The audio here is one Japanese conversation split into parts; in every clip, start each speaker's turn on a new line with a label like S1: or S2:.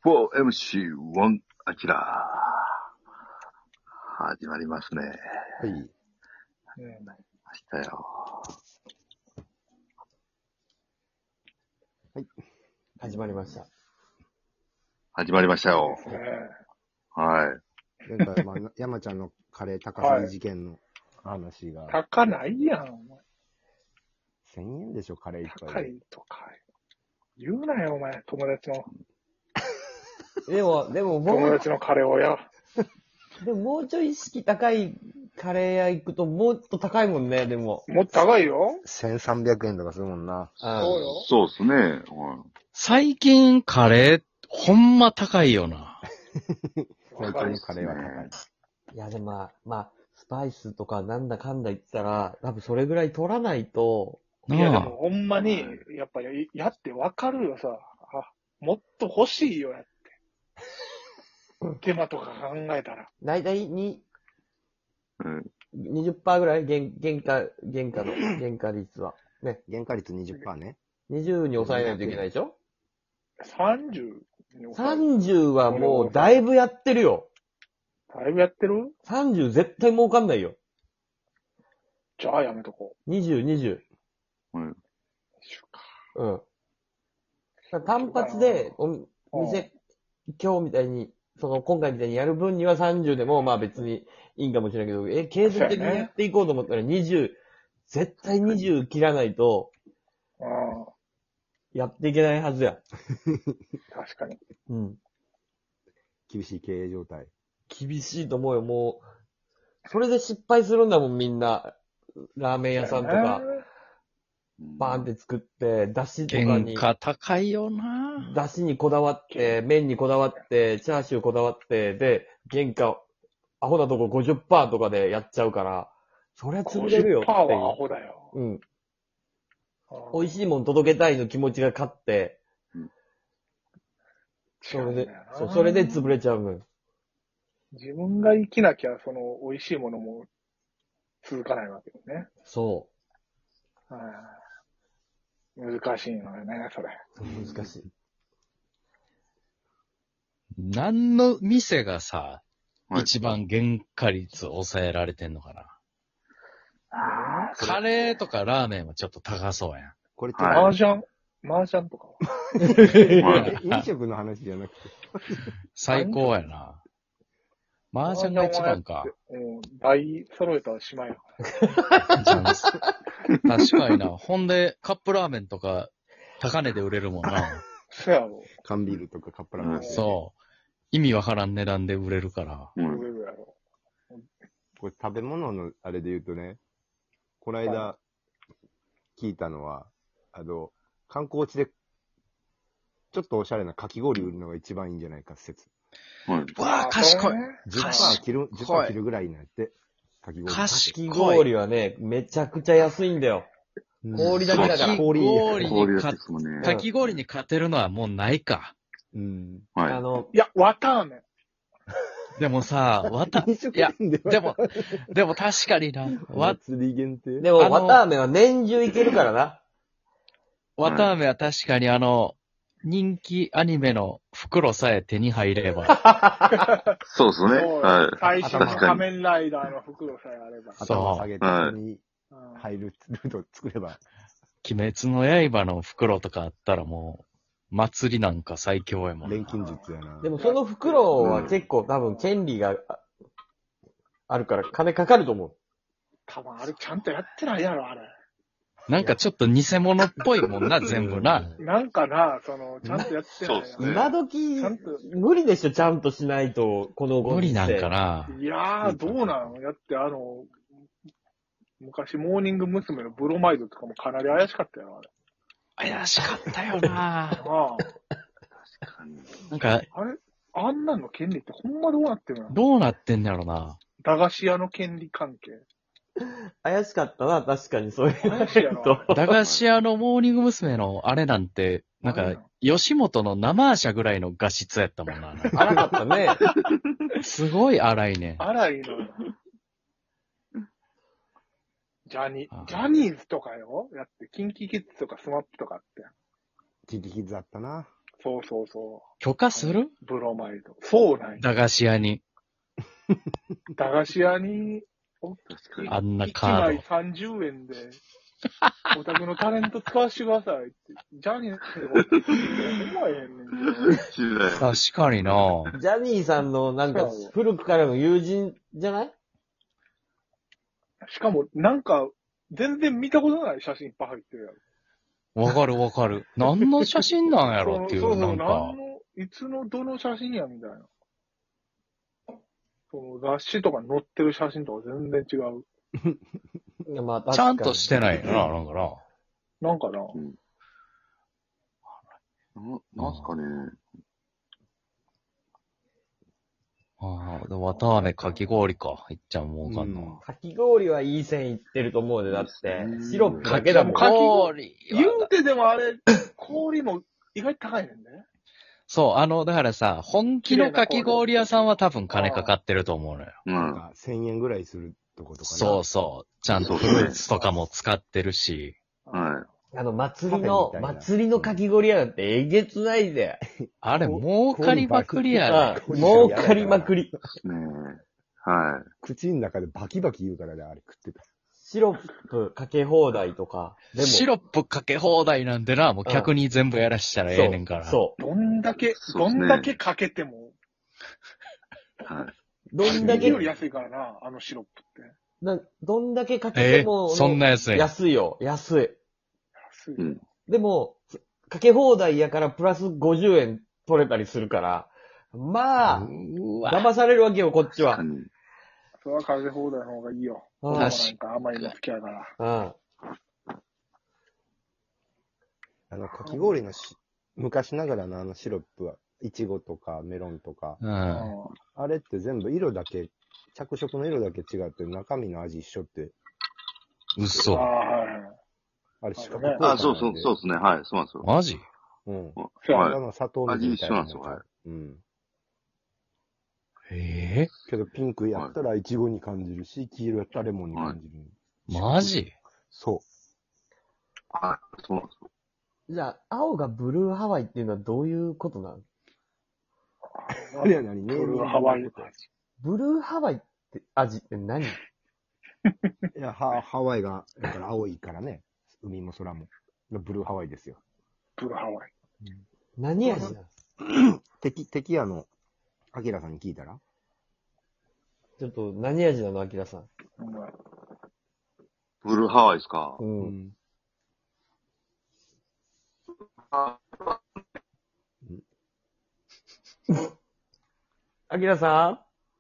S1: 4MC1 アキラ始まりますね。
S2: はい。
S1: 明日よ。
S2: はい。始まりました。
S1: 始まりましたよ。はい。
S2: 前回、山ちゃんのカレー高すぎ事件の話が。
S3: 高ないやん、お前。
S2: 1000円でしょ、カレー一杯
S3: 高いとか。言うなよ、お前。友達の。
S4: でも
S3: 友達のカレーをや。
S4: でももうちょい意識高いカレー屋行くともっと高いもんね、でも。
S3: もっと高いよ。
S2: 1300円とかするもんな。
S3: そうよ。
S1: そうですね。
S5: 最近カレー、ほんま高いよな。
S2: 最近のカレーは高い。
S4: いや、でもスパイスとかなんだかんだ言ってたら、多分それぐらい取らないと。
S3: いや、でもほんまに、やっぱやってわかるよさ。もっと欲しいよ、やって。手間とか考えたら。
S4: だいたい20% ぐらい原価率は。ね。
S2: 原価率 20% ね。
S4: 20に抑えないといけないでしょ
S3: 30
S4: ?30 はもうだいぶやってるよ。
S3: だいぶやってる
S4: ?30 絶対儲かんないよ。
S3: じゃあやめとこ
S4: 20。
S1: うん。
S4: うん。単発で、店、今日みたいに、今回みたいにやる分には30でも、まあ別にいいんかもしれないけど、継続的にやっていこうと思ったら20、絶対20切らないと、やっていけないはずや。
S3: 確かに。
S4: うん。
S2: 厳しい経営状態。
S4: 厳しいと思うよ、もう。それで失敗するんだもん、みんな。ラーメン屋さんとか、バーンって作って、だしとかに。
S5: 原価高いよな。
S4: だしにこだわって、麺にこだわって、チャーシューこだわって、で、原価、アホなとこ 50% とかでやっちゃうから、そりゃ潰れるよっていう。
S3: 50% はアホだよ。
S4: うん。美味しいもん届けたいの気持ちが勝って、それで潰れちゃうのよ。
S3: 自分が生きなきゃ、美味しいものも続かないわけよね。
S4: そう。
S3: 難しいのよね、それ。
S4: 難しい。
S5: 何の店がさ、一番原価率抑えられてんのかな。カレーとかラーメンはちょっと高そうやん。
S2: これ
S3: 麻雀とか
S2: は飲食の話じゃなくて。
S5: 最高やな。麻雀が一番か。
S3: 台揃えたらしまいやか
S5: 確かにな。ほんで、カップラーメンとか、高値で売れるもんな。
S3: そうやろ。
S2: 缶ビールとかカップラーメン。
S5: そう。意味わからん値段で売れるから。
S3: 売れるやろ。
S2: これ食べ物のあれで言うとね、この間聞いたのは、観光地で、ちょっとおしゃれなかき氷売るのが一番いいんじゃないか説。
S5: わぁ、賢い。
S2: 10%切るぐらいになって、かき氷。
S4: かき氷はね、めちゃくちゃ安いんだよ。氷だけだから。
S5: かき氷に勝てるのはもうないか。
S3: いや、綿あめ。
S5: でもさ、いや、でも確かにな。
S2: 祭り限定。
S4: でも、綿あめは年中いけるからな。
S5: 綿あめは確かに人気アニメの袋さえ手に入れば。
S1: そうですね。はい。
S3: 最初の仮面ライダーの袋さえあれば。
S2: 頭下げて、に入るルートを作れば。
S5: 鬼滅の刃の袋とかあったらもう、祭りなんか最強やもん。
S2: 錬金術やな。
S4: でもその袋は結構多分権利があるから金かかると思う。
S3: 多分あれちゃんとやってないやろ、あれ。
S5: なんかちょっと偽物っぽいもんな、全部な。
S3: なんかな、ちゃんとやってない。
S4: 今時、無理でしょ、ちゃんとしないと、この
S5: 無理なんかな。
S3: いやー、どうなの？だって昔モーニング娘。のブロマイドとかもかなり怪しかったよ、あれ。
S5: 怪しかったよな
S3: 確
S1: かに。
S5: なんか、
S3: あんなんの権利ってほんまどうなってるの？
S5: どうなってんだろうな。
S3: 駄菓子屋の権利関係。
S4: 怪しかったな、確かにそういう。
S3: 怪しいやろ。
S5: 駄菓子屋のモーニング娘。のあれなんて、なんか、吉本の生車ぐらいの画質やったもんな。
S4: 荒かったね。
S5: すごい荒いね。
S3: 荒いの。ジャニーズとかよ。やって、キンキキッズとかスマップとかあって。
S2: キンキキッズあったな。
S3: そうそうそ
S5: 許可する
S3: う。ブロマイド。そうなんや。
S5: 駄菓子屋に。
S3: 駄菓子屋に、
S1: 確かに。
S5: あんな
S3: 1
S5: カー
S3: 枚30円で、お宅のタレント使わせてくださいって。ジャニーズで持ってきて思わへんねんけど。
S5: ド。確かにな
S4: ジャニーさんのなんか古くからの友人じゃない？
S3: しかも、なんか、全然見たことない写真いっぱい入ってるやろ。
S5: わかるわかる。何の写真なんやろっていう、
S3: そうそう、
S5: なんか。
S3: いつのどの写真やみたいな。その雑誌とかに載ってる写真とか全然違う。
S4: いやまあ、
S5: ちゃんとしてないよな、なんかな。
S3: なんかな。
S1: なんすかね。
S5: ああ、でも、綿飴かき氷か。いっちゃんもうかんな。
S4: かき氷はいい線いってると思うで、だって
S1: うん。
S4: シロップだけだもん。
S3: かき
S5: 氷
S3: 言うてでもあれ、氷も意外と高いねんね。
S5: そう、だからさ、本気のかき氷屋さんは多分金かかってると思うのよ。
S2: なんか1000円ぐらいするとことかな。
S5: そうそう。ちゃんとフルーツとかも使ってるし。
S1: は
S4: 祭り
S2: カフェみたいな
S4: 祭りのかき氷屋なんてえげつないで。
S5: あれ、儲かりまくりやね。
S4: 儲かりまくり。
S1: い。ねえ。は
S2: 口の中でバキバキ言うからね、あれ食ってた。
S4: シロップかけ放題とか。でも、
S5: シロップかけ放題なんてな、もう客に全部やらしたらええねんから。
S4: そう。
S3: どんだけ、
S1: そうっすね
S3: どんだけかけても、
S1: い。はい。
S4: どんだけ
S3: だけより安いからな、あのシロップって。
S4: どんだけかけても、
S5: そんな安い。
S4: 安いよ。安い。
S3: 安い。
S1: うん。
S4: でも、かけ放題やからプラス50円取れたりするから、まあ、
S5: うわ。
S4: 騙されるわけよ、こっちは。
S1: 確かに。
S3: それはかけ放題の方がいいよ。
S4: うん
S3: なんか甘いの好きやから。
S2: かき氷の昔ながらのシロップは、いちごとかメロンとか、
S5: うん。
S2: あれって全部色だけ、着色の色だけ違って中身の味一緒って、
S5: 嘘。
S3: はい。
S2: あれ四角
S3: ね
S1: あ、そうですね。はい。そうなんですよ。
S5: マジ
S2: うん。
S3: そうや
S1: はい。
S2: あの砂糖水みたいな。
S1: 味一緒なんですよ
S2: うん。
S5: え
S2: けどピンクやったらイチゴに感じるし、黄色やったらレモンに感じる。
S5: マジ
S2: そ
S1: あ、そうなんですよ。
S4: じゃあ、青がブルーハワイっていうのはどういうことなの？
S2: う。あれは何
S3: ブルーハワイ味。
S4: ブルーハワイって味って何？
S2: いや、ハワイが、だから青いからね。海も空も。ブルーハワイですよ。
S3: ブルーハワイ。
S4: 何味なの？
S2: 敵屋の、アキラさんに聞いたら
S4: ちょっと、何味なの、アキラさん。
S1: ブルーハワイですか。
S2: ん。
S4: アキラさ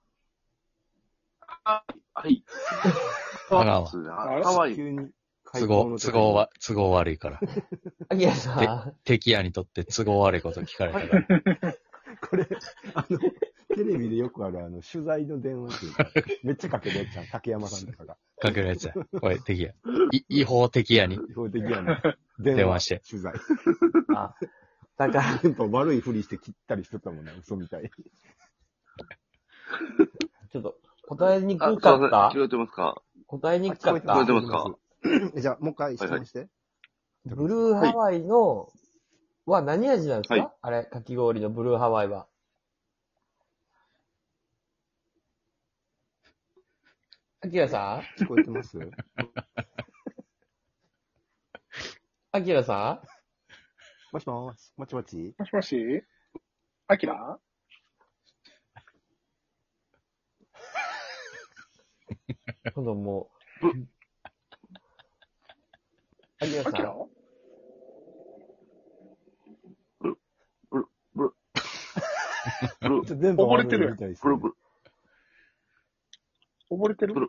S1: はい。
S5: あらわ
S1: ハワイ。
S2: 急に
S5: 都合悪いから。
S4: んアキラさん
S5: 敵屋にとって都合悪いこと聞かれたから。
S2: これ、テレビでよくある取材の電話っていうか、めっちゃかけるやつじゃん、竹山さんとかが。
S5: かけるやつや。これ敵屋。違法敵屋に。
S2: 標的やの。
S5: 電話して
S2: 取材。
S4: あ、だから、
S2: 電波悪いふりして切ったりしてたもんね、嘘みたい。
S4: ちょっと、答えに
S1: あ、
S4: くかった
S1: 聞こえてますか？
S4: 答えにくかっ
S1: 聞こえて
S4: た
S1: ますか？
S2: じゃあ、もう一回質問して。
S4: ブルーハワイの、は何味なんですか、
S1: はい
S4: あれ、かき氷のブルーハワイは。アキラさん
S2: 聞こえてます
S4: アキラさ
S2: もしもーし、もちもち
S3: もしもしアキラ
S4: ん今度もう、アキラさ
S3: アキラ
S4: ん
S2: 全部
S3: 溺れてるやん
S2: みたいですね
S1: ブルブル。
S3: 溺れてる
S1: ブル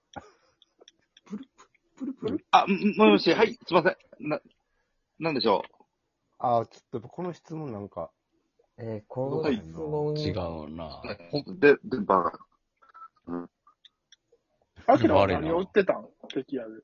S2: プルプル。
S1: あ、もしもし、はい、すいません。なんでしょ
S2: あ、ちょっとこの質問なんか、
S4: この質問、
S5: 違うな。
S1: う。で、電波が。
S3: アキラは何を売ってたん敵屋で。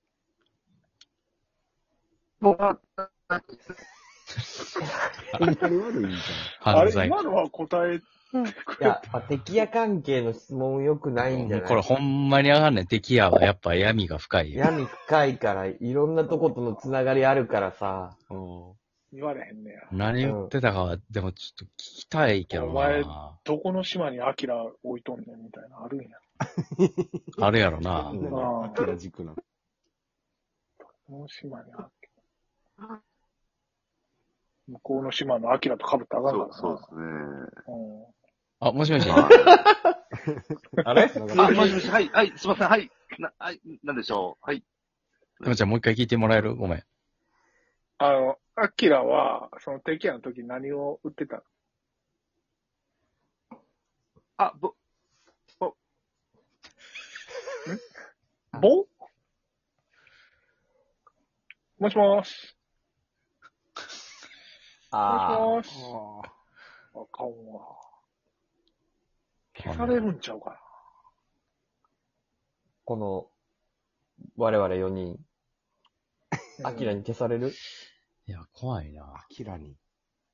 S2: 何悪いみたい
S3: あれ、
S5: 犯罪。
S3: 今のは答え、
S4: いや、敵屋関係の質問良くないんじゃない
S5: これほんまにあかんねん。敵屋はやっぱ闇が深いよ。
S4: 闇深いから、いろんなとことのつながりあるからさ。
S2: な。
S3: 言われへんねや。
S5: 何言ってたかは、でもちょっと聞きたいけど
S3: お前
S5: な。
S3: どこの島にアキラ置いとんねんみたいなあるんや。
S5: あるやろな。
S3: ん
S2: アキラ軸な。
S3: この島にアキラ。向こうの島のアキラと被ったらあかんからな。
S1: そうですね。
S3: うん
S5: あ、もしもし。
S4: あれ
S1: あ、もしもし、はい、はい、すいません、はい。なんでしょう。はい。
S5: 山ちゃんもう一回聞いてもらえる？ごめん。
S3: アキラは、そのテキヤの時何を売ってたの？
S1: あ、
S3: 棒？もしもーし。
S4: あ
S3: もしもーし。あかんわ。消されるんちゃうか
S4: この、我々4人、
S3: な。
S4: アキラに消される？
S5: いや、怖いな。
S2: アキラに。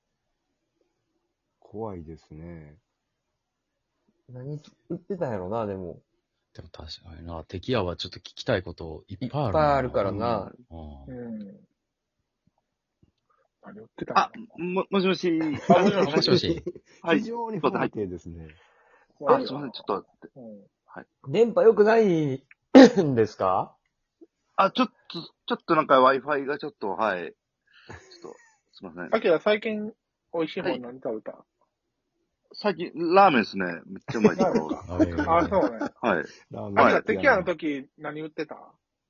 S2: 怖いですね。
S4: 何売ってたんやろな、でも。
S5: でも確かにな、敵屋はちょっと聞きたいこといっぱいあるな。
S4: いっぱいあるからな。
S5: うん
S3: うん。何売ってたの？
S1: あ、もしもし。
S3: あもしもし
S5: もしもし。
S1: はい。
S2: 非常に不安定ですね。
S1: あ、すいません、ちょっと待って。
S3: うん。
S4: 電波良くないんですか？
S1: あ、ちょっとなんか Wi-Fi がちょっと、はい。ちょっと、すいません。
S3: アキラ最近美味しいもの何食べた？
S1: 最近、ラーメンですね。めっちゃうまいところ。
S3: あ、そうね。
S1: はい。
S2: ラー
S3: アキラ、
S2: メン
S3: テキヤの時何売ってた？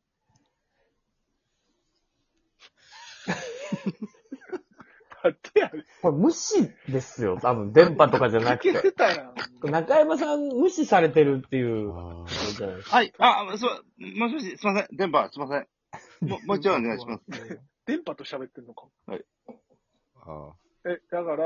S3: だってやる。
S4: これ無視ですよ、多分。電波とかじゃなく
S3: かけ
S4: て。
S3: てたやん。
S4: 中山さん無視されてるっていう。
S2: あ
S1: はい。あ、もしもし、すいません。電波、すいません。もう一度お願いします。
S3: 電波と喋ってんのか。
S2: あ。
S3: だから、